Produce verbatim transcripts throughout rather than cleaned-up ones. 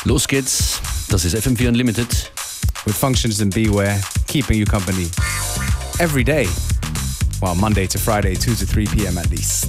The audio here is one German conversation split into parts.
Los geht's, das ist F M vier Unlimited. With Functions and Beware, keeping you company every day. Well, Monday to Friday, two to three p.m. at least.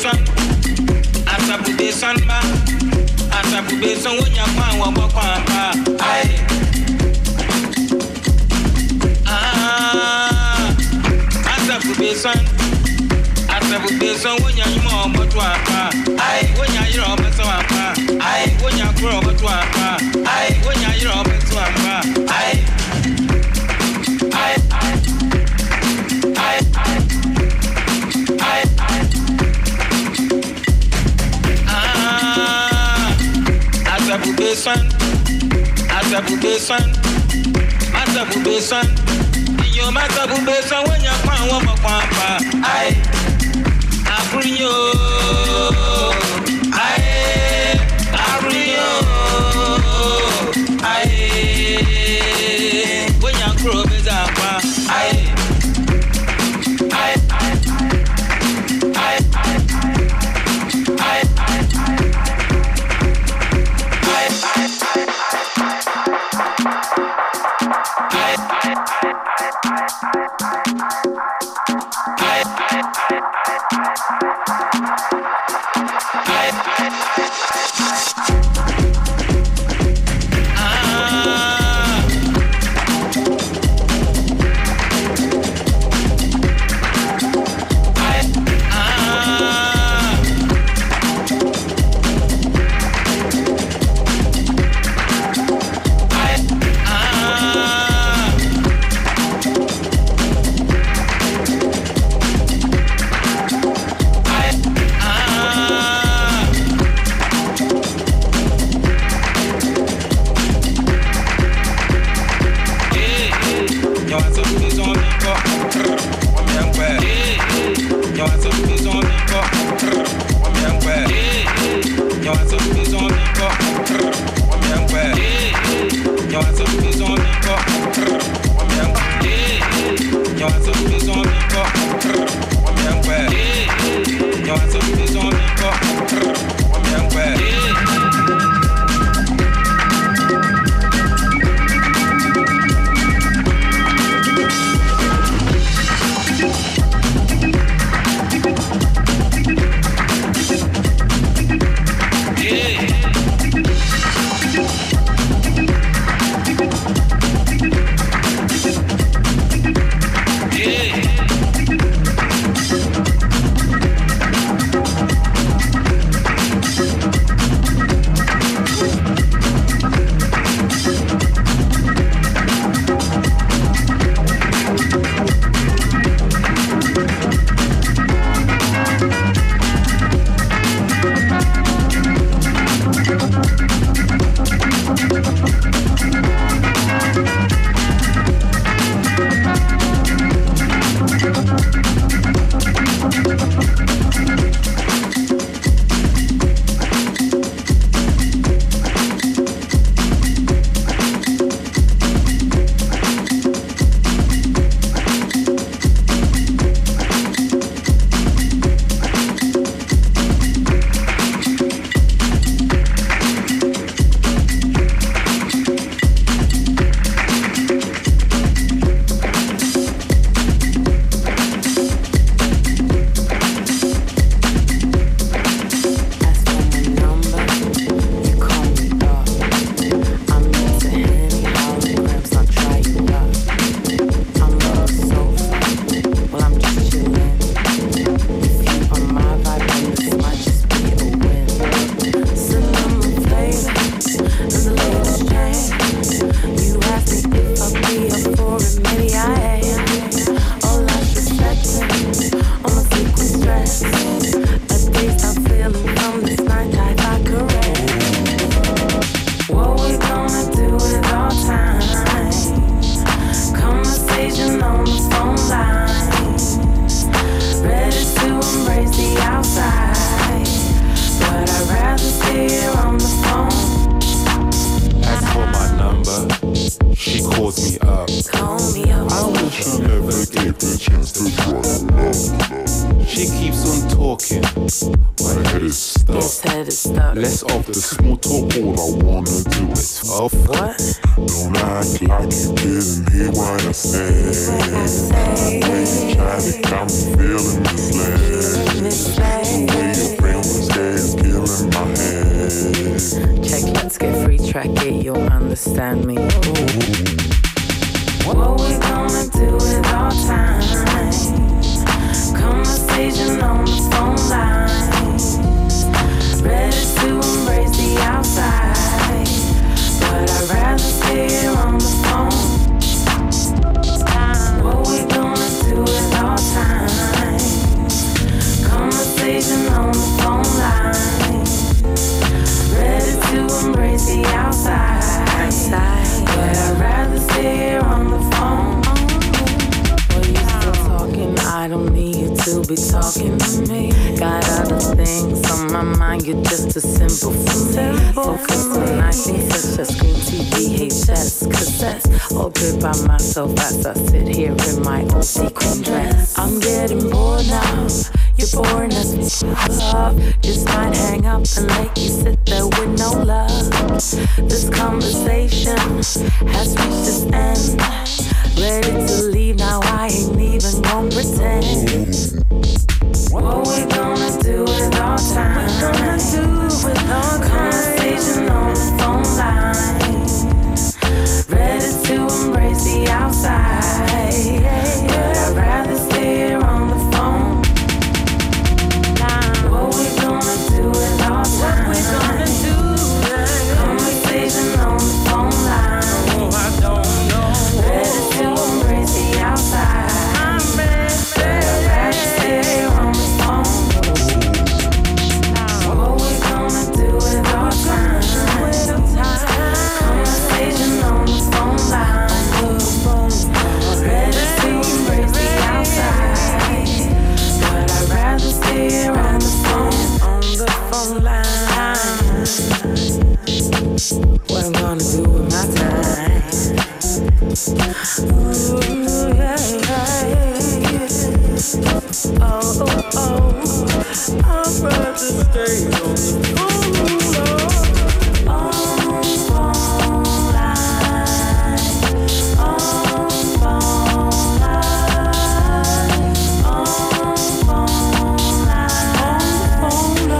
son, asabu be son ba, asabu be son wonya kwa wa kwa kwa. Aye. Ah, asabu be son, asabu be son wonya yimo motwa kwa. Aye, wonya yiro motwa kwa. Aye, wonya kuro motwa kwa. Aye, wonya yiro motwa kwa. Aye. Aye. Aye. Aye. Ah, asabu be son, asabu be son, asabu be son. Yo asabu be son wonya kwa wo kwa pa. Aye. Abrinyo, aye, abrinyo, aye, when you grow up as a pa, aye, aye, aye, aye, aye, She keeps on talking. My head is stuck. His head is stuck. Less of the small talk, all I wanna do is huff. What? Don't act like you didn't hear what I said. The way you tried to got me feeling misled. The way your friend was there is killing my head. Check, let's get free, track it, you'll understand me. What we gonna do with our time? Conversation on the phone line. Ready to embrace the outside, but I'd rather stay here on the phone. What we gonna do with our time? Conversation on the phone line. Ready to embrace the outside, but I'd rather stay here on the phone. Well, you still talking, I don't need you to be talking to me. Got other things on my mind, you're just too simple for me. Focus on nice things such as screen T V, H S, cassettes. All good by myself as I sit here in my old sequin dress. I'm getting bored now, you're boring as fuck. Just might hang up and let you sit there with no love. This conversation has reached its end. Ready to leave now, I ain't even gonna pretend. What we gonna do with our time? What we gonna do with our conversation on the phone line? Ready to embrace the outside, but I'd rather stay here on the phone. What we gonna do with our time? What we gonna do? Conversation on the phone line. Oh, I don't know. Ready to embrace the outside. I'm ready. But I'd rather stay here on the phone. What we gonna do with our time? Conversation on the phone line. Ready to embrace the outside, but I'd rather stay here on the phone, on the phone line. What I'm gonna do with my time? Ooh, yeah, yeah. Oh, oh, oh, I'd rather stay on the phone. On phone line, on phone line, on phone line, on phone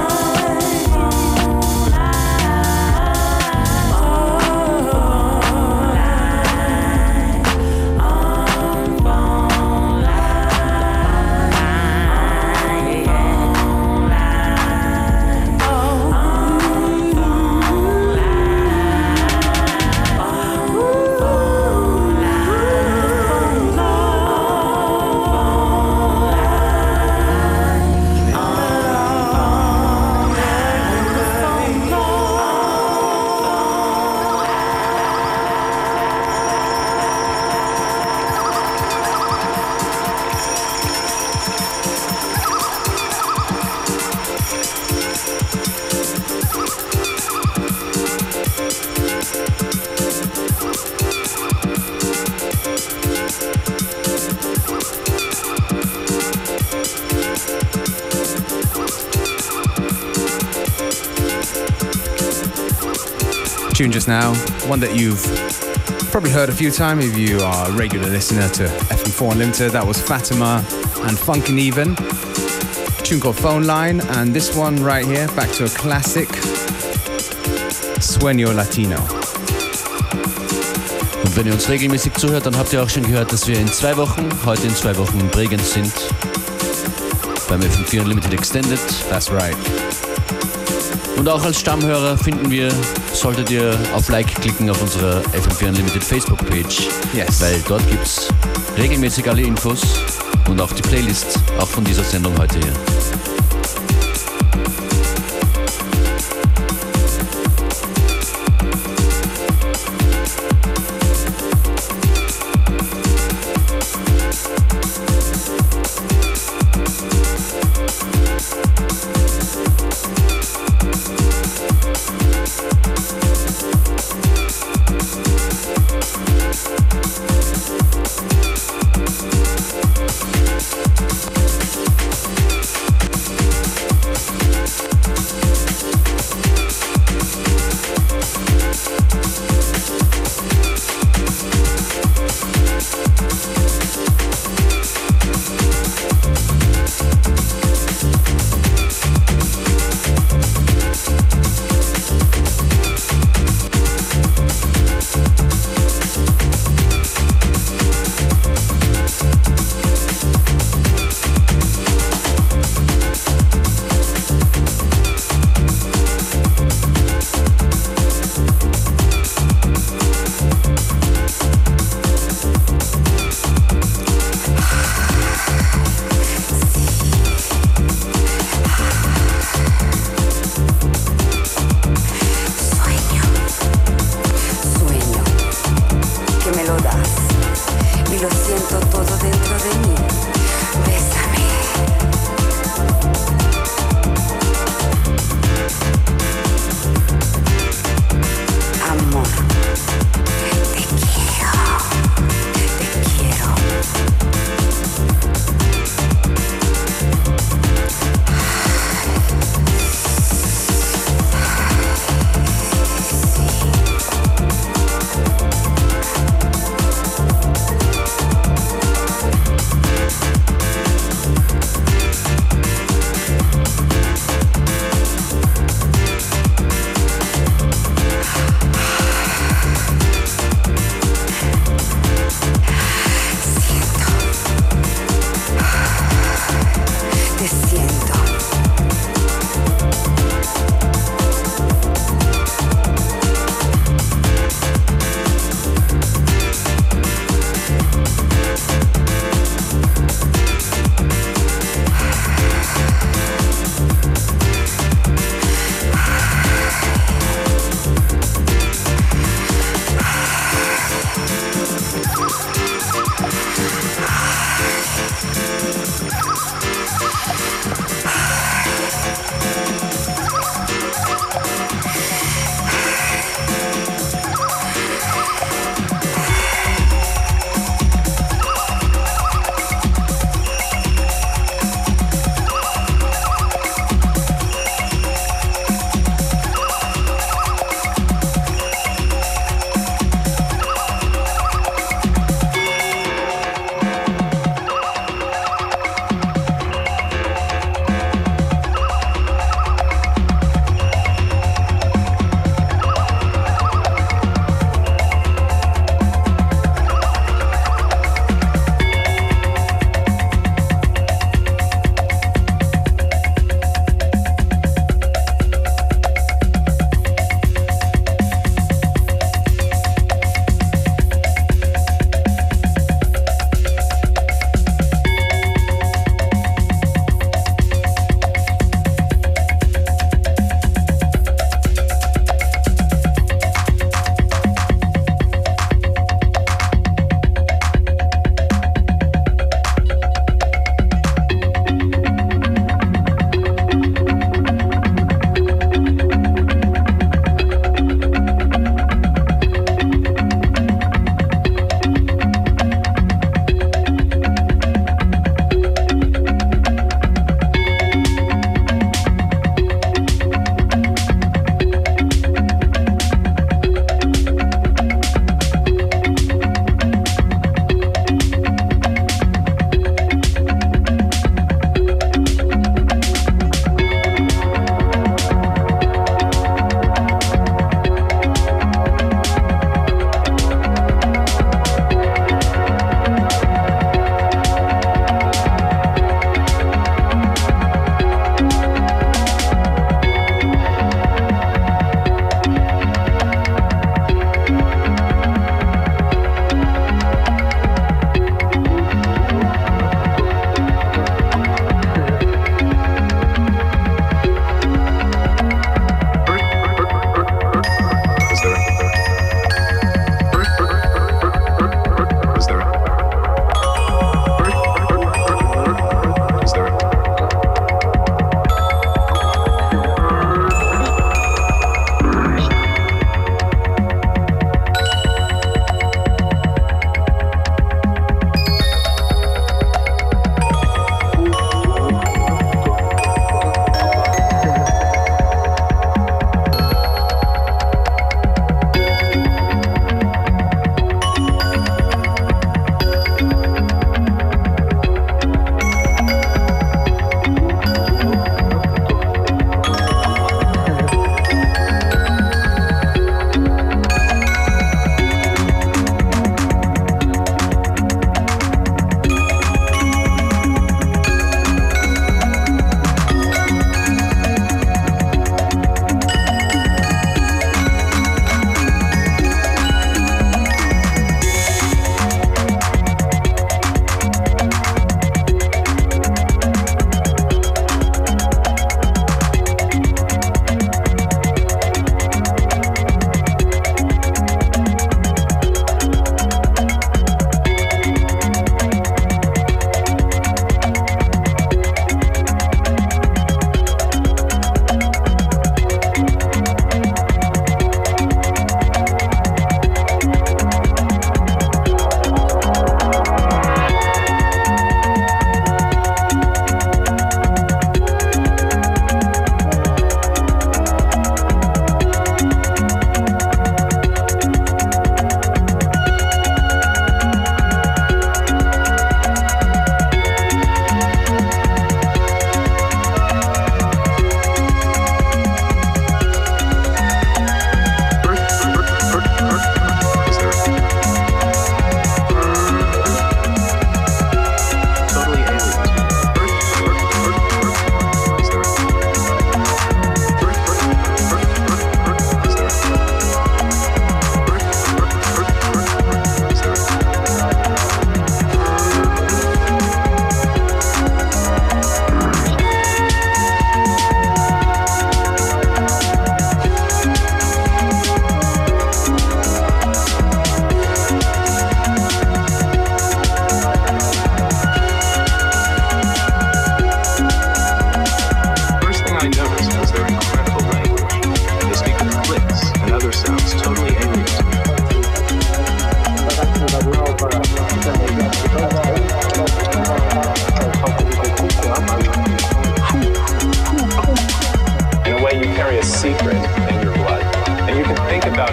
Tune just now, one that you've probably heard a few times if you are a regular listener to F M four Unlimited. That was Fatima and Funkin' Even. A tune called Phone Line, and this one right here, back to a classic, Sueño Latino. Und wenn ihr uns regelmäßig zuhört, dann habt ihr auch schon gehört, dass wir in zwei Wochen, heute in zwei Wochen in Bregenz sind, beim F M vier Unlimited Extended. That's right. Und auch als Stammhörer finden wir, solltet ihr auf Like klicken auf unserer F M vier Unlimited Facebook-Page. Yes. Weil dort gibt's regelmäßig alle Infos und auch die Playlist, auch von dieser Sendung heute hier.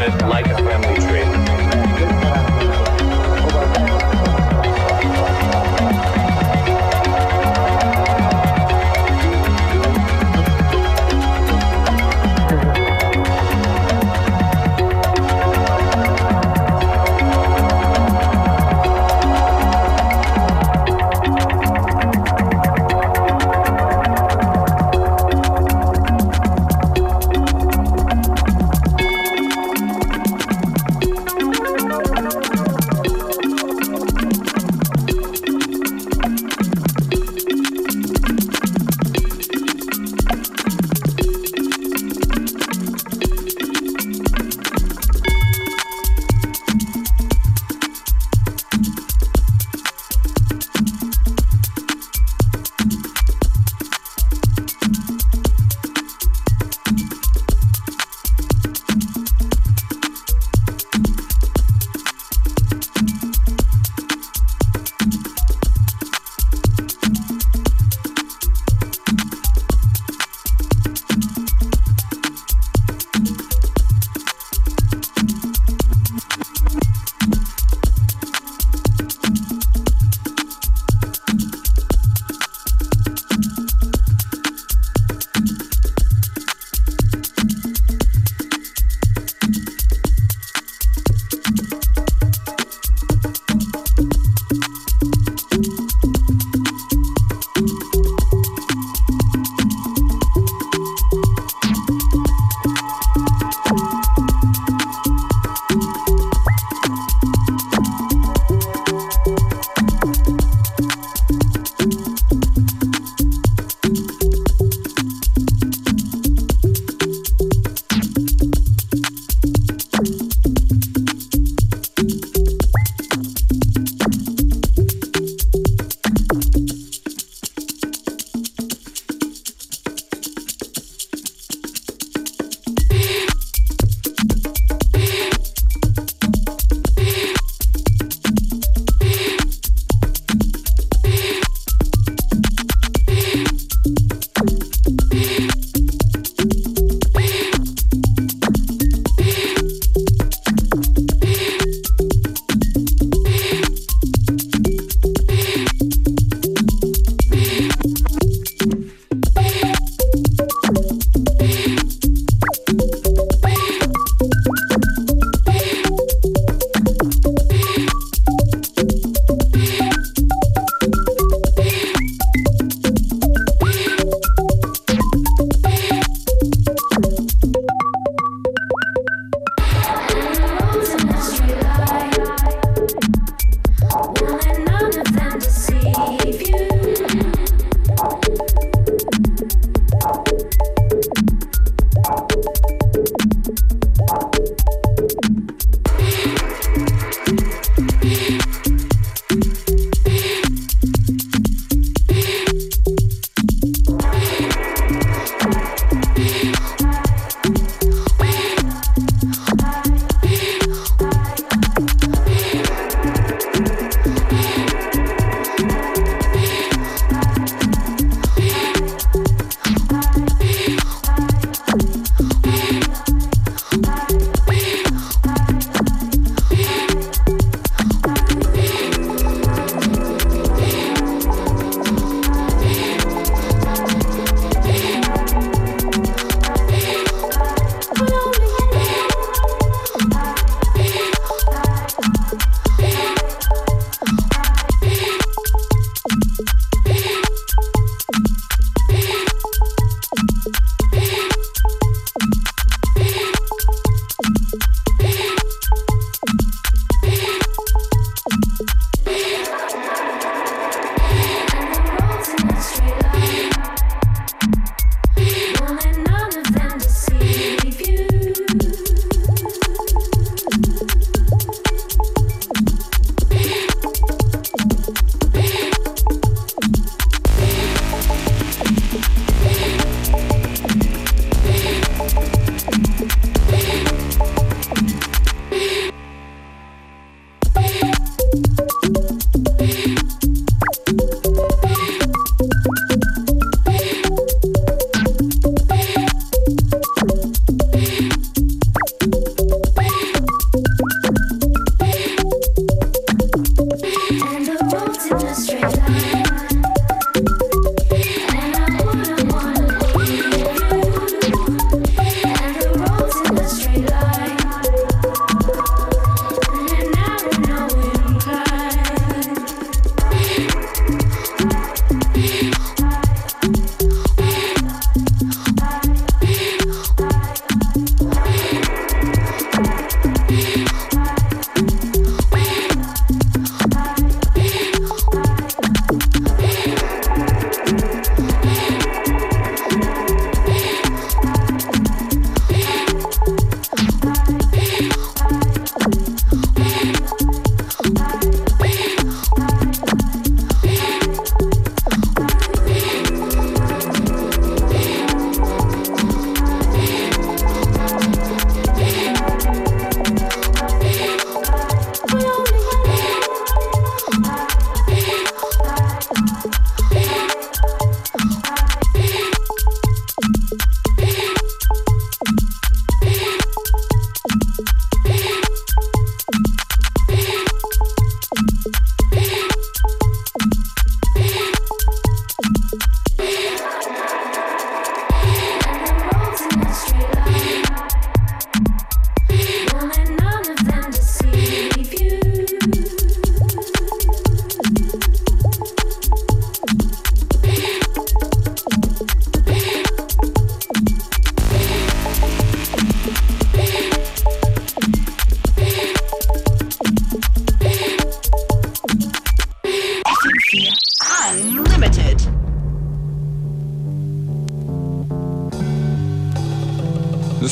it like a family tree.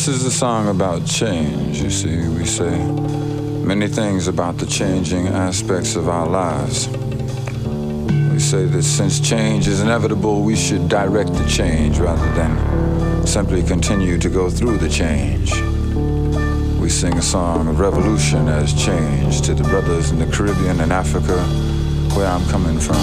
This is a song about change, you see. We say many things about the changing aspects of our lives. We say that since change is inevitable, we should direct the change rather than simply continue to go through the change. We sing a song of revolution as change to the brothers in the Caribbean and Africa, where I'm coming from.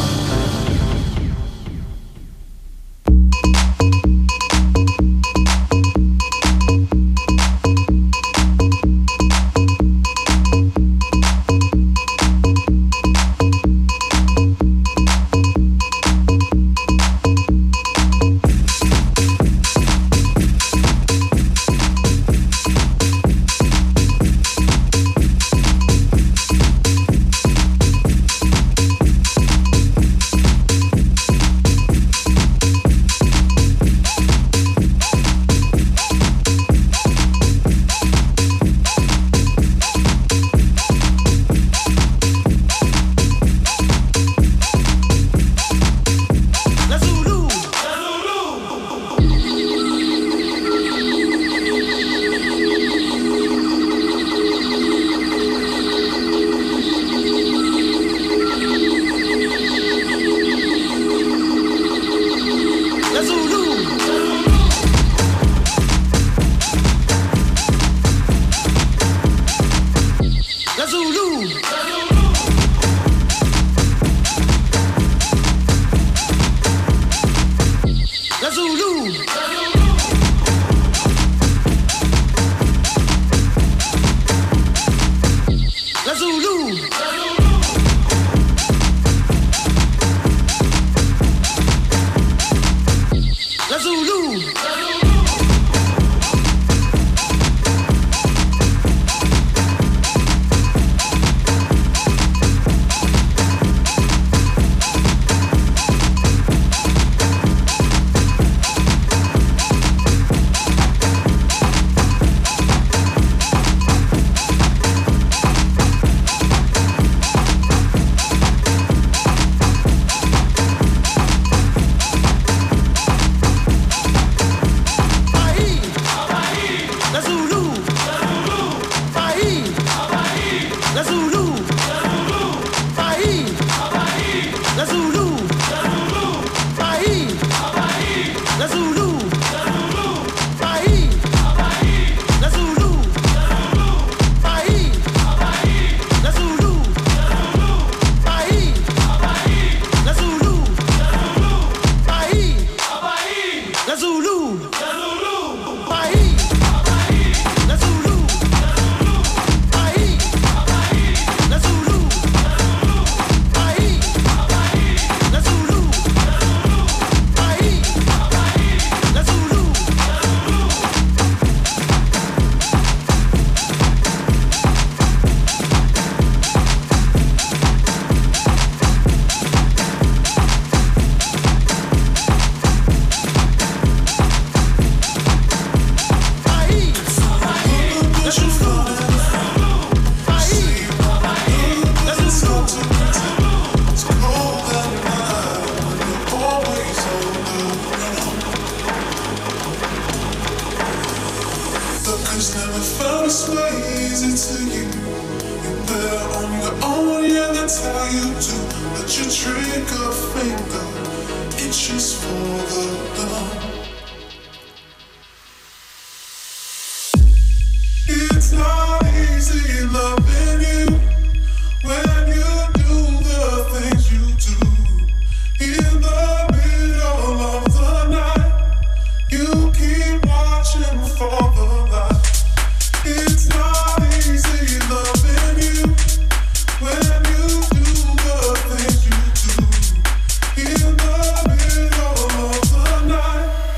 In the middle of the night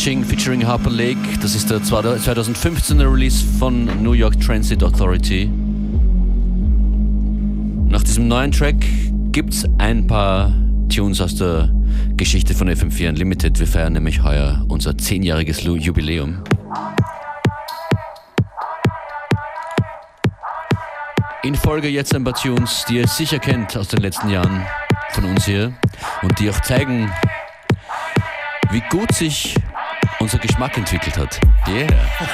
Crashing featuring Harper Lake. Das ist der zweitausendfünfzehner Release von New York Transit Authority. Nach diesem neuen Track gibt's ein paar Tunes aus der Geschichte von F M vier Unlimited. Wir feiern nämlich heuer unser zehnjähriges Jubiläum. In Folge jetzt ein paar Tunes, die ihr sicher kennt aus den letzten Jahren von uns hier und die auch zeigen, wie gut sich unser Geschmack entwickelt hat. Yeah!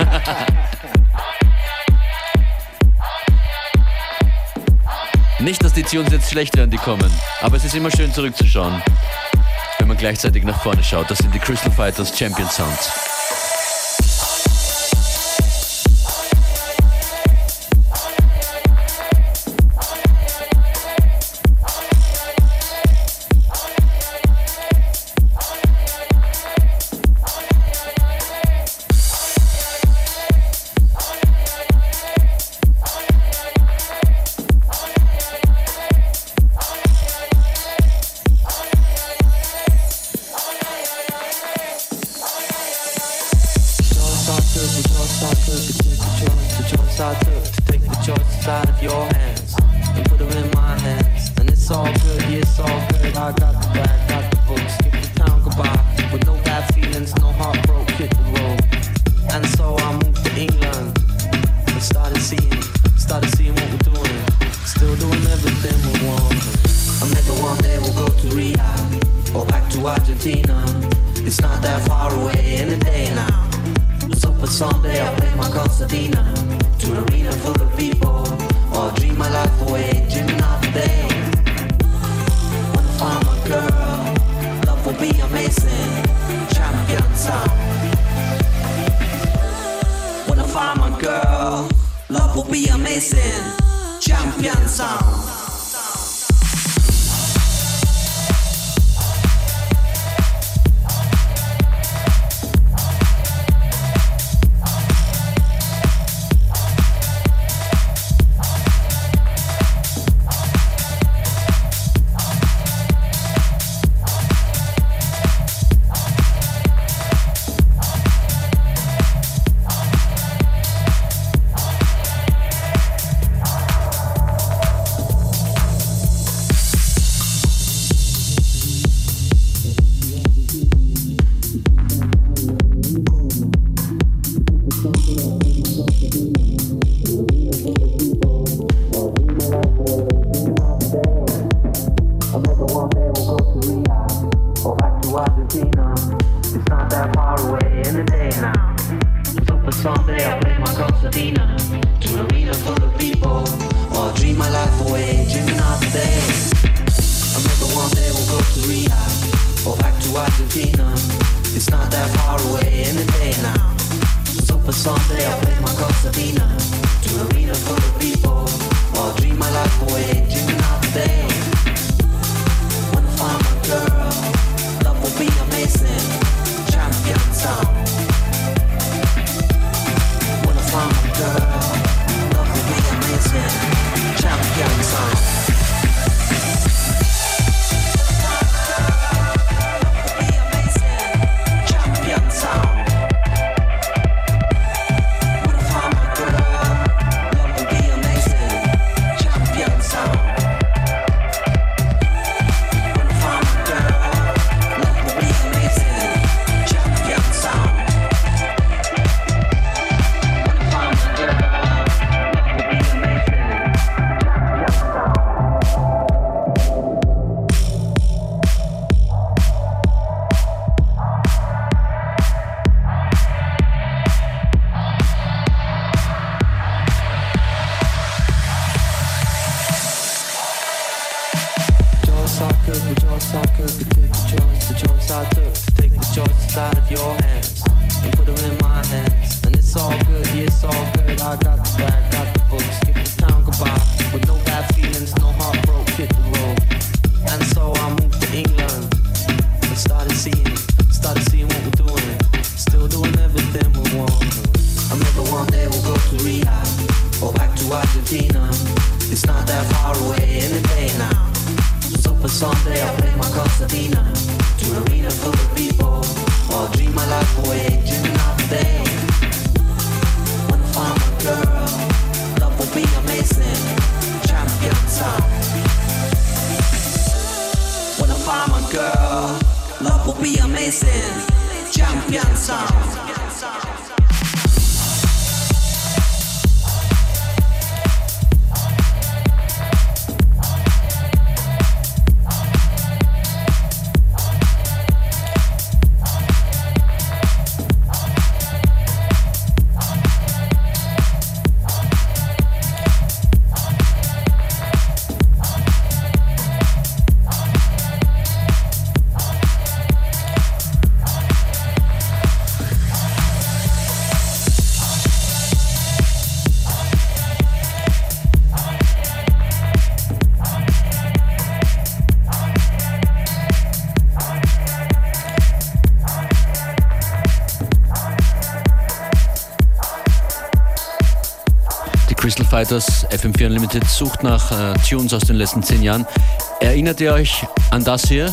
Nicht, dass die Tunes jetzt schlecht werden, die kommen, aber es ist immer schön zurückzuschauen, wenn man gleichzeitig nach vorne schaut. Das sind die Crystal Fighters Champion Sounds. Someday I'll play my concertina to an arena full of people. or dream a life away, dreaming of the day when I find my girl. Love will be amazing, champion sound. When I find my girl, love will be amazing, champion sound. Crystal Fighters, F M vier Unlimited, sucht nach äh, Tunes aus den letzten zehn Jahren. Erinnert ihr euch an das hier?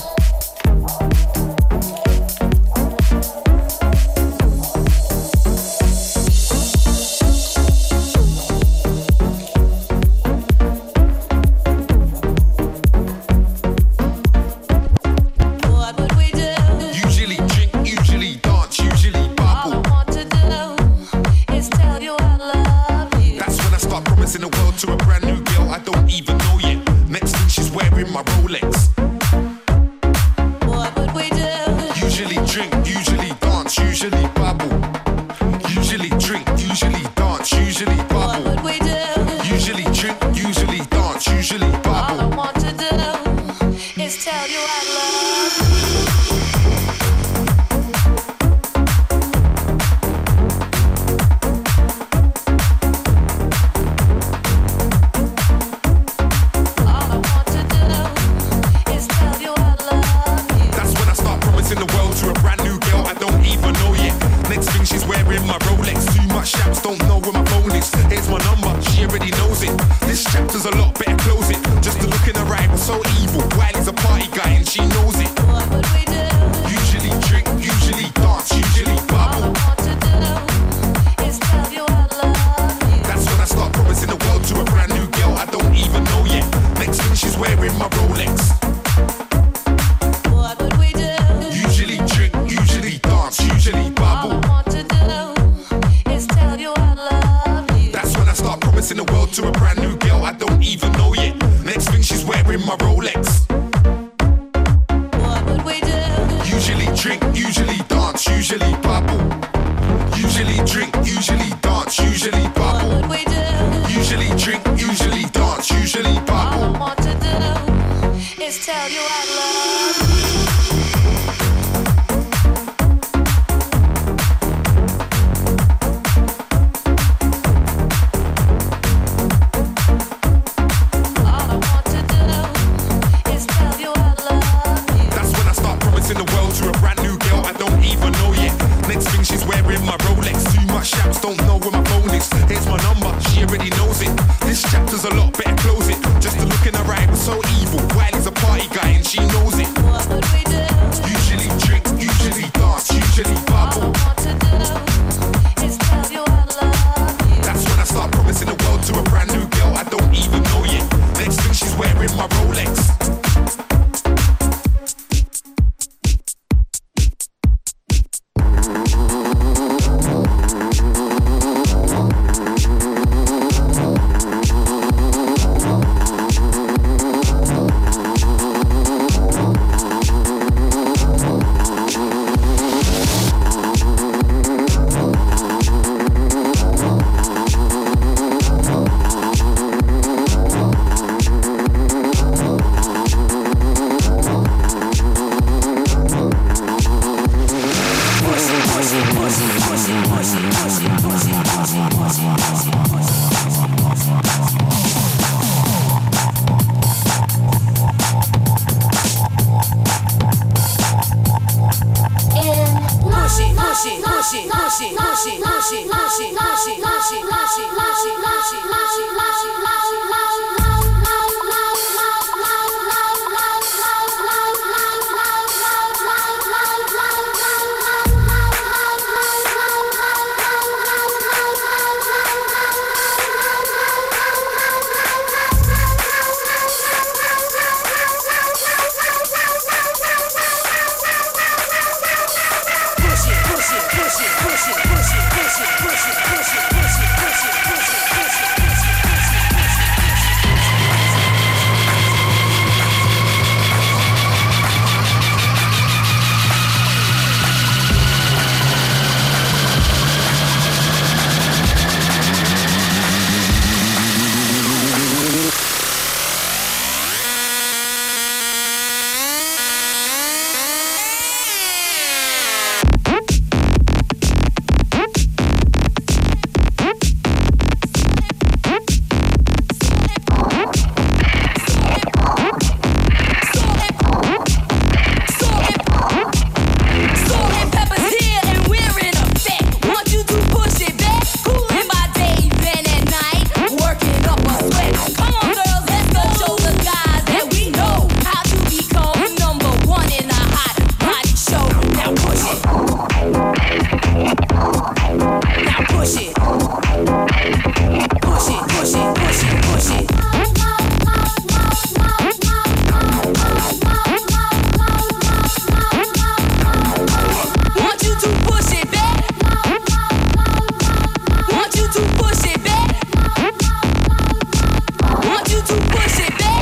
want you to push it, baby.